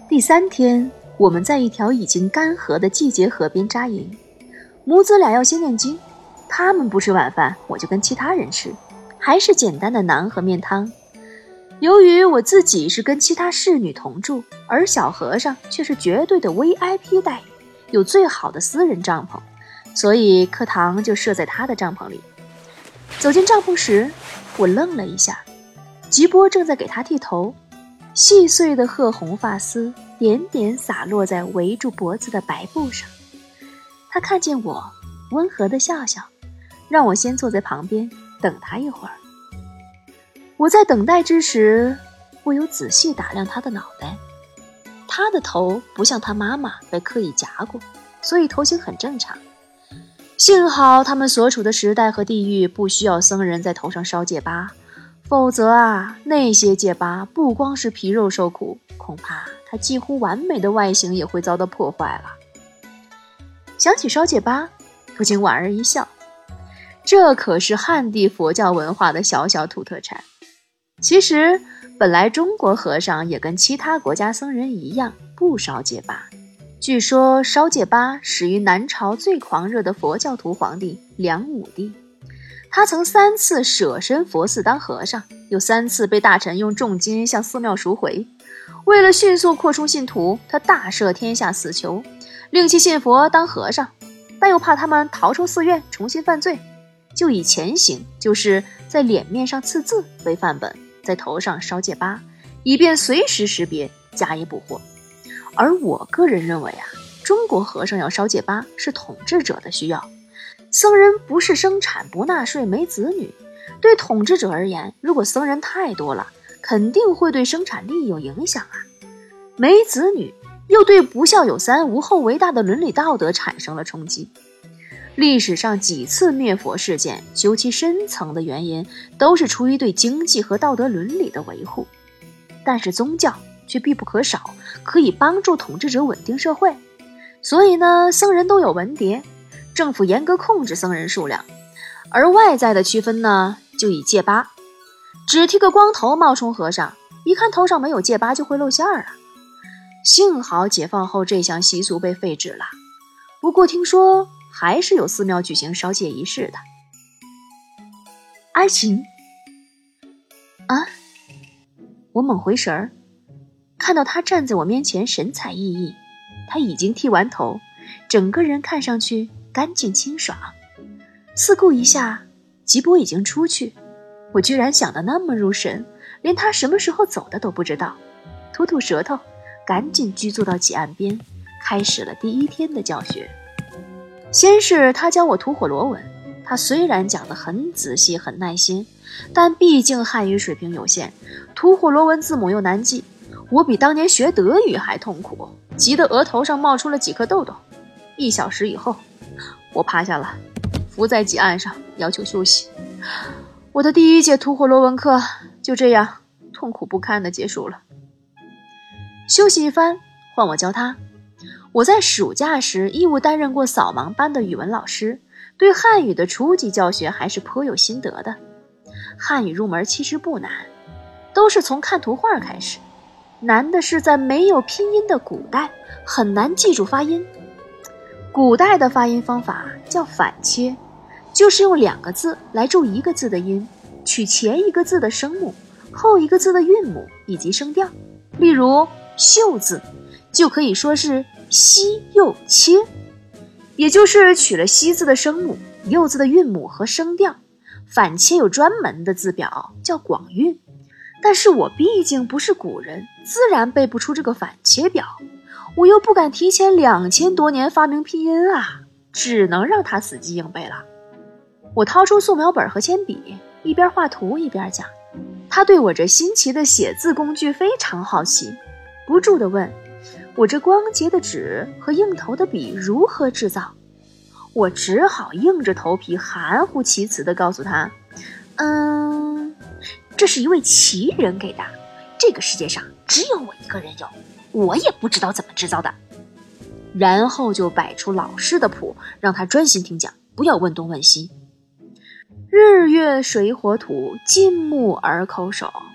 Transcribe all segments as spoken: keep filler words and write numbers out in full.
第三天，我们在一条已经干涸的季节河边扎营，母子俩要先念经，他们不吃晚饭，我就跟其他人吃，还是简单的馕和面汤。由于我自己是跟其他侍女同住，而小和尚却是绝对的 V I P 待遇，有最好的私人帐篷，所以课堂就设在他的帐篷里。走进帐篷时，我愣了一下，吉波正在给他剃头，细碎的褐红发丝点点洒落在围住脖子的白布上。他看见我，温和地笑笑，让我先坐在旁边等他一会儿。我在等待之时，我有仔细打量他的脑袋，他的头不像他妈妈被刻意夹过，所以头型很正常。幸好他们所处的时代和地域不需要僧人在头上烧戒疤，否则啊，那些戒疤不光是皮肉受苦，恐怕他几乎完美的外形也会遭到破坏了。想起烧戒疤，不禁莞尔一笑，这可是汉地佛教文化的小小土特产。其实本来中国和尚也跟其他国家僧人一样不烧戒疤，据说烧戒疤始于南朝最狂热的佛教徒皇帝梁武帝，他曾三次舍身佛寺当和尚，有三次被大臣用重金向寺庙赎回。为了迅速扩充信徒，他大赦天下死囚，令其信佛当和尚，但又怕他们逃出寺院重新犯罪，就以前行，就是在脸面上刺字为范本，在头上烧戒疤，以便随时识别，加以捕获。而我个人认为啊，中国和尚要烧戒疤是统治者的需要，僧人不是生产不纳税没子女，对统治者而言，如果僧人太多了，肯定会对生产力有影响啊。没子女又对不孝有三无后为大的伦理道德产生了冲击。历史上几次灭佛事件，究其深层的原因都是出于对经济和道德伦理的维护，但是宗教却必不可少，可以帮助统治者稳定社会。所以呢，僧人都有文牒，政府严格控制僧人数量，而外在的区分呢，就以戒疤，只剃个光头冒充和尚，一看头上没有戒疤就会露馅儿啊。幸好解放后这项习俗被废止了，不过听说还是有寺庙举行烧戒仪式的。阿琴啊！我猛回神儿，看到他站在我面前神采奕奕，他已经剃完头，整个人看上去干净清爽。四顾一下，吉波已经出去，我居然想得那么入神，连他什么时候走的都不知道。吐吐舌头，赶紧居坐到几案边，开始了第一天的教学。先是他教我吐火罗文，他虽然讲得很仔细很耐心，但毕竟汉语水平有限，吐火罗文字母又难记，我比当年学德语还痛苦，急得额头上冒出了几颗痘痘。一小时以后，我趴下了，伏在几案上要求休息。我的第一节吐火罗文课就这样痛苦不堪地结束了。休息一番，换我教他。我在暑假时义务担任过扫盲班的语文老师，对汉语的初级教学还是颇有心得的。汉语入门其实不难，都是从看图画开始，难的是在没有拼音的古代很难记住发音。古代的发音方法叫反切，就是用两个字来注一个字的音，取前一个字的声母，后一个字的韵母以及声调。例如袖字就可以说是西右切，也就是取了西字的声母，右字的韵母和声调。反切有专门的字表叫广韵，但是我毕竟不是古人，自然背不出这个反切表，我又不敢提前两千多年发明拼音啊，只能让他死记硬背了。我掏出素描本和铅笔，一边画图一边讲。他对我这新奇的写字工具非常好奇，不住地问我这光洁的纸和硬头的笔如何制造。我只好硬着头皮含糊其辞地告诉他，嗯，这是一位奇人给的，这个世界上只有我一个人有，我也不知道怎么制造的。然后就摆出老师的谱，让他专心听讲，不要问东问西。日月水火土，金木而口手，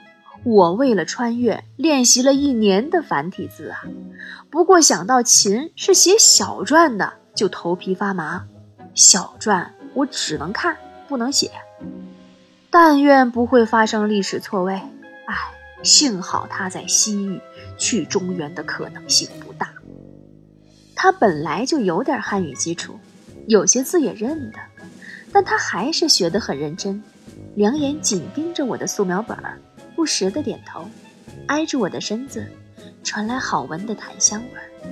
我为了穿越练习了一年的繁体字啊，不过想到秦是写小篆的，就头皮发麻。小篆我只能看，不能写。但愿不会发生历史错位。唉，幸好他在西域，去中原的可能性不大。他本来就有点汉语基础，有些字也认得，但他还是学得很认真，两眼紧盯着我的素描本，不时地点头，挨着我的身子，传来好闻的檀香味。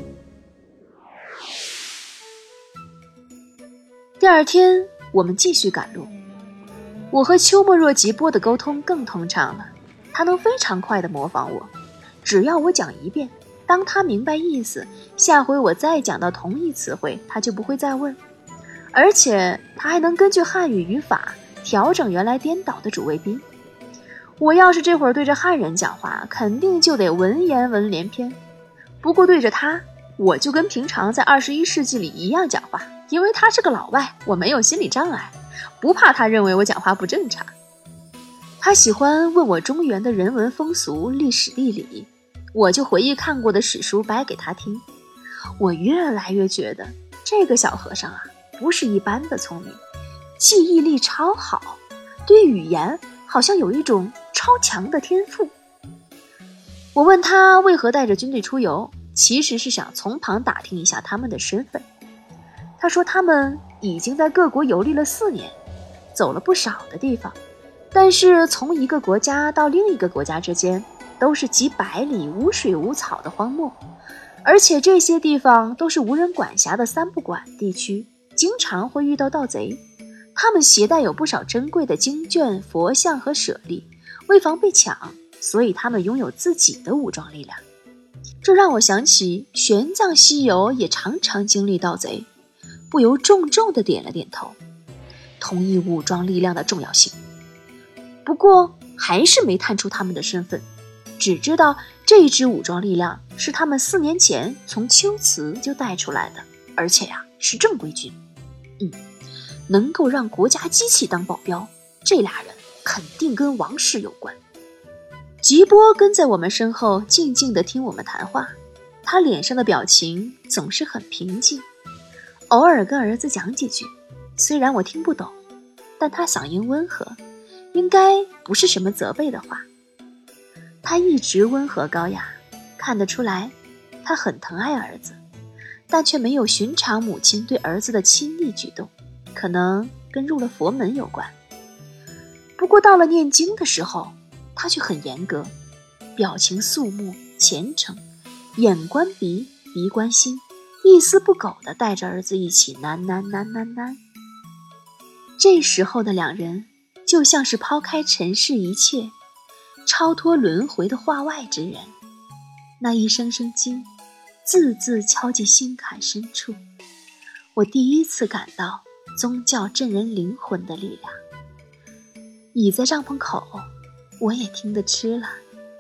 第二天，我们继续赶路。我和秋末若吉波的沟通更通畅了，他能非常快地模仿我，只要我讲一遍，当他明白意思，下回我再讲到同一词汇，他就不会再问。而且他还能根据汉语语法调整原来颠倒的主谓宾。我要是这会儿对着汉人讲话，肯定就得文言文连篇。不过对着他，我就跟平常在二十一世纪里一样讲话，因为他是个老外，我没有心理障碍，不怕他认为我讲话不正常。他喜欢问我中原的人文风俗、历史地理，我就回忆看过的史书掰给他听。我越来越觉得这个小和尚啊，不是一般的聪明，记忆力超好，对语言好像有一种超强的天赋。我问他为何带着军队出游，其实是想从旁打听一下他们的身份。他说他们已经在各国游历了四年，走了不少的地方，但是从一个国家到另一个国家之间都是几百里无水无草的荒漠，而且这些地方都是无人管辖的三不管地区，经常会遇到盗贼。他们携带有不少珍贵的经卷、佛像和舍利，为防被抢，所以他们拥有自己的武装力量。这让我想起玄奘西游也常常经历盗贼，不由重重地点了点头，同意武装力量的重要性。不过还是没探出他们的身份，只知道这支武装力量是他们四年前从龟兹就带出来的，而且呀、啊、是正规军。嗯，能够让国家机器当保镖，这俩人肯定跟王室有关。吉波跟在我们身后静静地听我们谈话，他脸上的表情总是很平静，偶尔跟儿子讲几句，虽然我听不懂，但他嗓音温和，应该不是什么责备的话。他一直温和高雅，看得出来他很疼爱儿子，但却没有寻常母亲对儿子的亲昵举动，可能跟入了佛门有关。不过到了念经的时候，他却很严格，表情肃穆虔诚，眼观鼻，鼻观心，一丝不苟地带着儿子一起喃喃喃喃喃。这时候的两人就像是抛开尘世一切，超脱轮回的化外之人，那一声声经字字敲进心坎深处。我第一次感到宗教震人灵魂的力量。倚在帐篷口，我也听得吃了。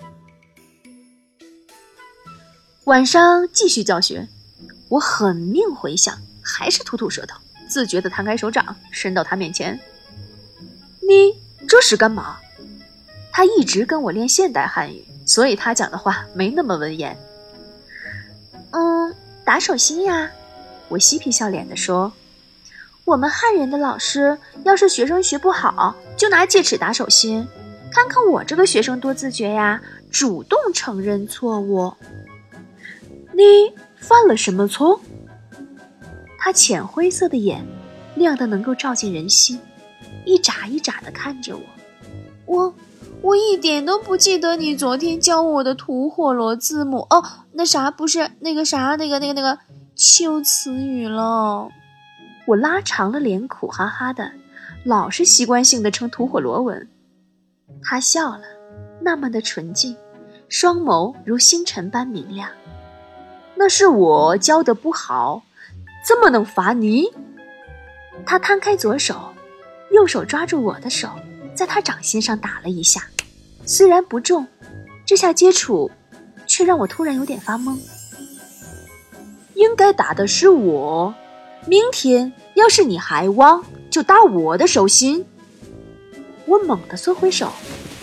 晚上继续教学，我狠命回想，还是吐吐舌头，自觉地摊开手掌伸到他面前。你这是干嘛？他一直跟我练现代汉语，所以他讲的话没那么文言。嗯，打手心呀，我嬉皮笑脸地说。我们汉人的老师要是学生学不好，就拿戒尺打手心。看看我这个学生多自觉呀，主动承认错误。你犯了什么错？他浅灰色的眼亮得能够照进人心，一眨一眨地看着我。我我一点都不记得你昨天教我的吐火罗字母哦，那啥不是那个啥那个那个那个秋词语了。我拉长了脸，苦哈哈的，老是习惯性地称吐火罗文。他笑了，那么的纯净，双眸如星辰般明亮。那是我教得不好，这么能罚你？他摊开左手，右手抓住我的手，在他掌心上打了一下，虽然不重，这下接触却让我突然有点发懵。应该打的是我，明天要是你还忘，就打我的手心。我猛地缩回手，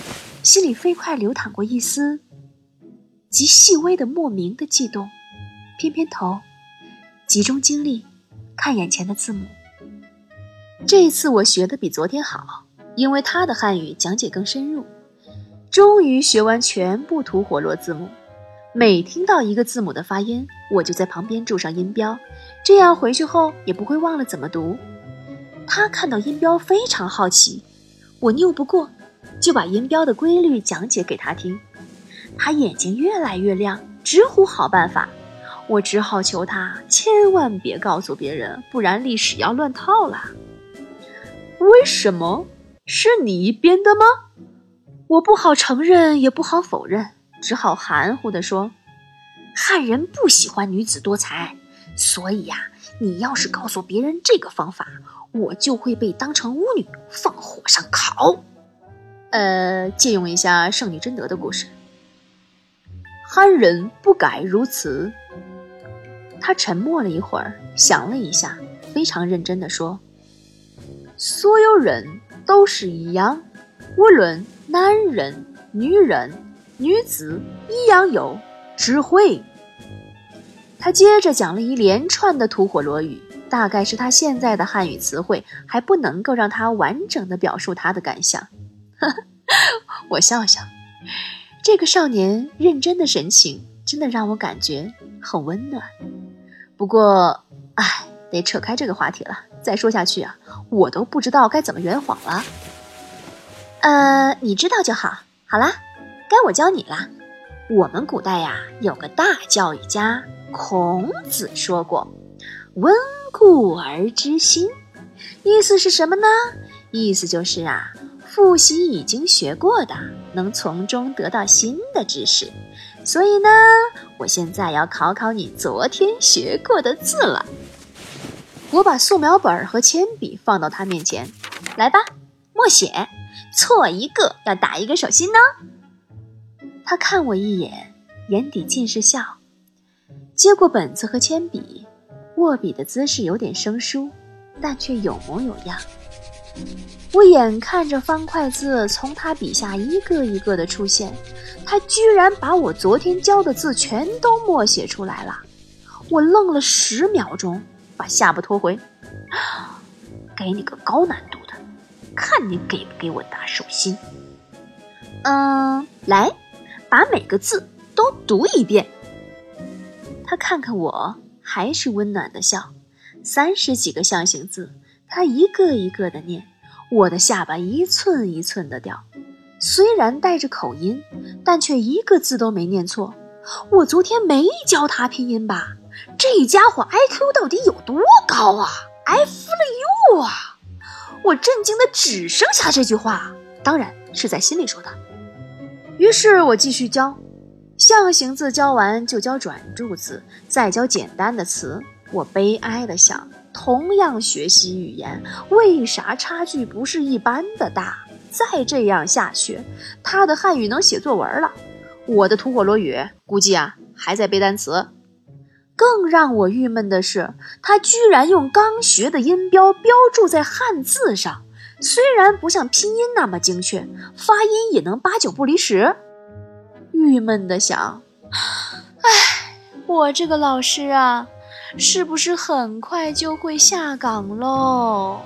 心里飞快流淌过一丝极细微的莫名的悸动，偏偏头集中精力看眼前的字母。这一次我学得比昨天好，因为他的汉语讲解更深入，终于学完全部吐火罗字母。每听到一个字母的发音，我就在旁边注上音标，这样回去后也不会忘了怎么读。他看到音标非常好奇，我拗不过，就把音标的规律讲解给他听。他眼睛越来越亮，直呼好办法。我只好求他千万别告诉别人，不然历史要乱套了。为什么？是你编的吗？我不好承认，也不好否认，只好含糊地说，汉人不喜欢女子多才，所以呀、啊，你要是告诉别人这个方法，我就会被当成巫女放火上烤。呃，借用一下圣女贞德的故事。汉人不该如此。他沉默了一会儿，想了一下，非常认真地说，所有人都是一样，无论男人、女人、女子，一样有智慧。他接着讲了一连串的吐火罗语，大概是他现在的汉语词汇还不能够让他完整的表述他的感想。我笑笑，这个少年认真的神情真的让我感觉很温暖。不过唉，得扯开这个话题了，再说下去啊，我都不知道该怎么圆谎了。呃，你知道就好。好啦，该我教你啦。我们古代呀，有个大教育家孔子说过，温故而知新。意思是什么呢？意思就是啊，复习已经学过的，能从中得到新的知识。所以呢，我现在要考考你昨天学过的字了。我把素描本和铅笔放到他面前，来吧，默写，错一个要打一个手心呢。他看我一眼，眼底尽是笑，接过本子和铅笔，握笔的姿势有点生疏，但却有模有样。我眼看着方块字从他笔下一个一个的出现，他居然把我昨天教的字全都默写出来了。我愣了十秒钟，把下巴拖回，给你个高难度的，看你给不给我打手心。嗯，来，把每个字都读一遍。他看看我，还是温暖的笑。三十几个象形字，他一个一个的念，我的下巴一寸一寸的掉。虽然带着口音，但却一个字都没念错。我昨天没教他拼音吧？这家伙 I Q 到底有多高啊？ F 了 U 啊！我震惊的只剩下这句话，当然是在心里说的。于是我继续教，象形字教完就教转注字，再教简单的词。我悲哀地想，同样学习语言，为啥差距不是一般的大？再这样下去，他的汉语能写作文了，我的吐火罗语估计啊还在背单词。更让我郁闷的是，他居然用刚学的音标标注在汉字上，虽然不像拼音那么精确，发音也能八九不离十。郁闷地想，唉，我这个老师啊，是不是很快就会下岗喽？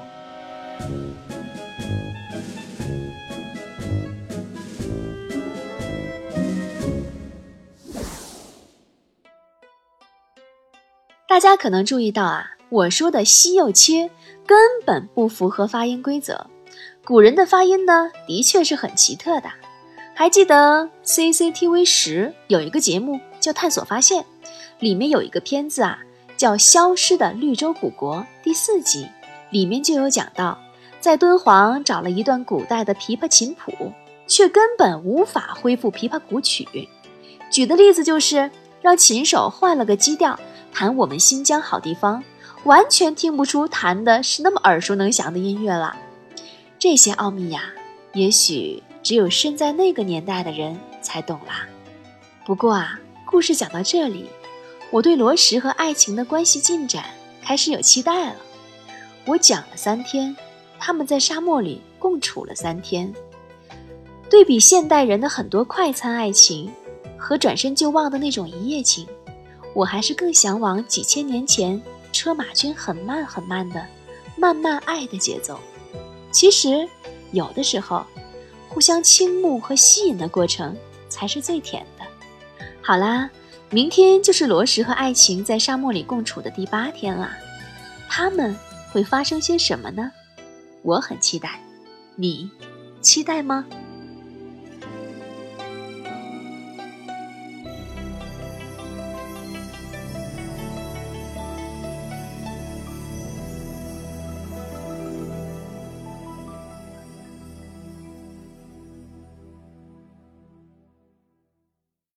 大家可能注意到啊，我说的西又切根本不符合发音规则。古人的发音呢，的确是很奇特的。还记得 C C T V 十有一个节目叫探索发现，里面有一个片子啊，叫消失的绿洲古国第四集，里面就有讲到，在敦煌找了一段古代的琵琶琴谱，却根本无法恢复琵琶古曲。举的例子就是让琴手换了个基调，弹我们新疆好地方，完全听不出弹的是那么耳熟能详的音乐了。这些奥秘呀，也许只有身在那个年代的人才懂啦。不过啊，故事讲到这里，我对罗什和爱情的关系进展开始有期待了。我讲了三天，他们在沙漠里共处了三天。 对比现代人的很多快餐爱情和转身就忘的那种一夜情，我还是更向往几千年前车马军很慢很慢的慢慢爱的节奏。其实有的时候互相倾慕和吸引的过程才是最甜的。好啦，明天就是罗什和爱情在沙漠里共处的第八天啦，他们会发生些什么呢？我很期待，你期待吗？